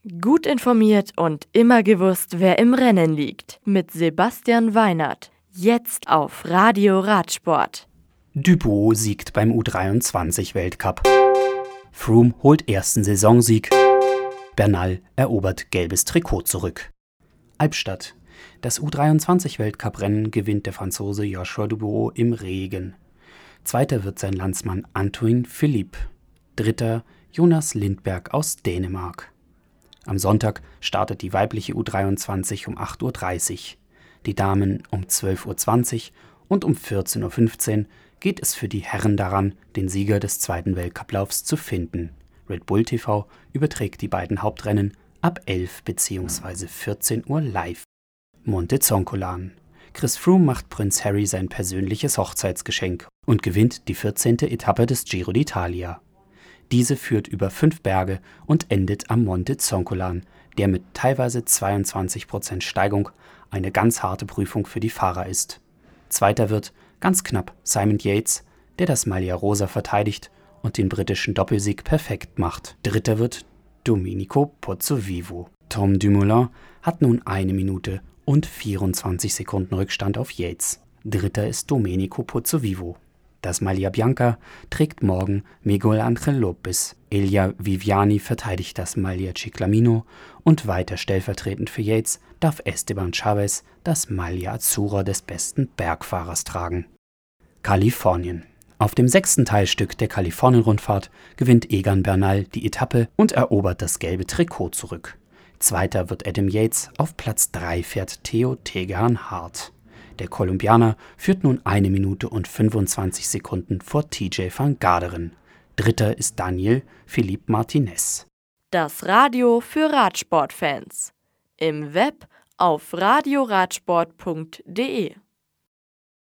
Gut informiert und immer gewusst, wer im Rennen liegt. Mit Sebastian Weinert. Jetzt auf Radio Radsport. Dubos siegt beim U23-Weltcup. Froome holt ersten Saisonsieg. Bernal erobert gelbes Trikot zurück. Albstadt. Das U23-Weltcup-Rennen gewinnt der Franzose Joshua Dubos im Regen. Zweiter wird sein Landsmann Antoine Philippe. Dritter Jonas Lindberg aus Dänemark. Am Sonntag startet die weibliche U23 um 8:30 Uhr, die Damen um 12:20 Uhr und um 14:15 Uhr geht es für die Herren daran, den Sieger des zweiten Weltcuplaufs zu finden. Red Bull TV überträgt die beiden Hauptrennen ab 11 bzw. 14 Uhr live. Monte Zoncolan. Chris Froome macht Prinz Harry sein persönliches Hochzeitsgeschenk und gewinnt die 14. Etappe des Giro d'Italia. Diese führt über 5 Berge und endet am Monte Zoncolan, der mit teilweise 22% Steigung eine ganz harte Prüfung für die Fahrer ist. Zweiter wird, ganz knapp, Simon Yates, der das Maglia Rosa verteidigt und den britischen Doppelsieg perfekt macht. Dritter wird Domenico Pozzovivo. Tom Dumoulin hat nun 1 Minute und 24 Sekunden Rückstand auf Yates. Dritter ist Domenico Pozzovivo. Das Maglia Bianca trägt morgen Miguel Ángel López. Elia Viviani verteidigt das Maglia Ciclamino und weiter stellvertretend für Yates darf Esteban Chavez das Maglia Azzurra des besten Bergfahrers tragen. Kalifornien. Auf dem 6. Teilstück der Kalifornien-Rundfahrt gewinnt Egan Bernal die Etappe und erobert das gelbe Trikot zurück. Zweiter wird Adam Yates, auf Platz 3 fährt Theo Tegan Hart. Der Kolumbianer führt nun 1 Minute und 25 Sekunden vor TJ van Garderen. Dritter ist Daniel Philippe Martinez. Das Radio für Radsportfans. Im Web auf radioradsport.de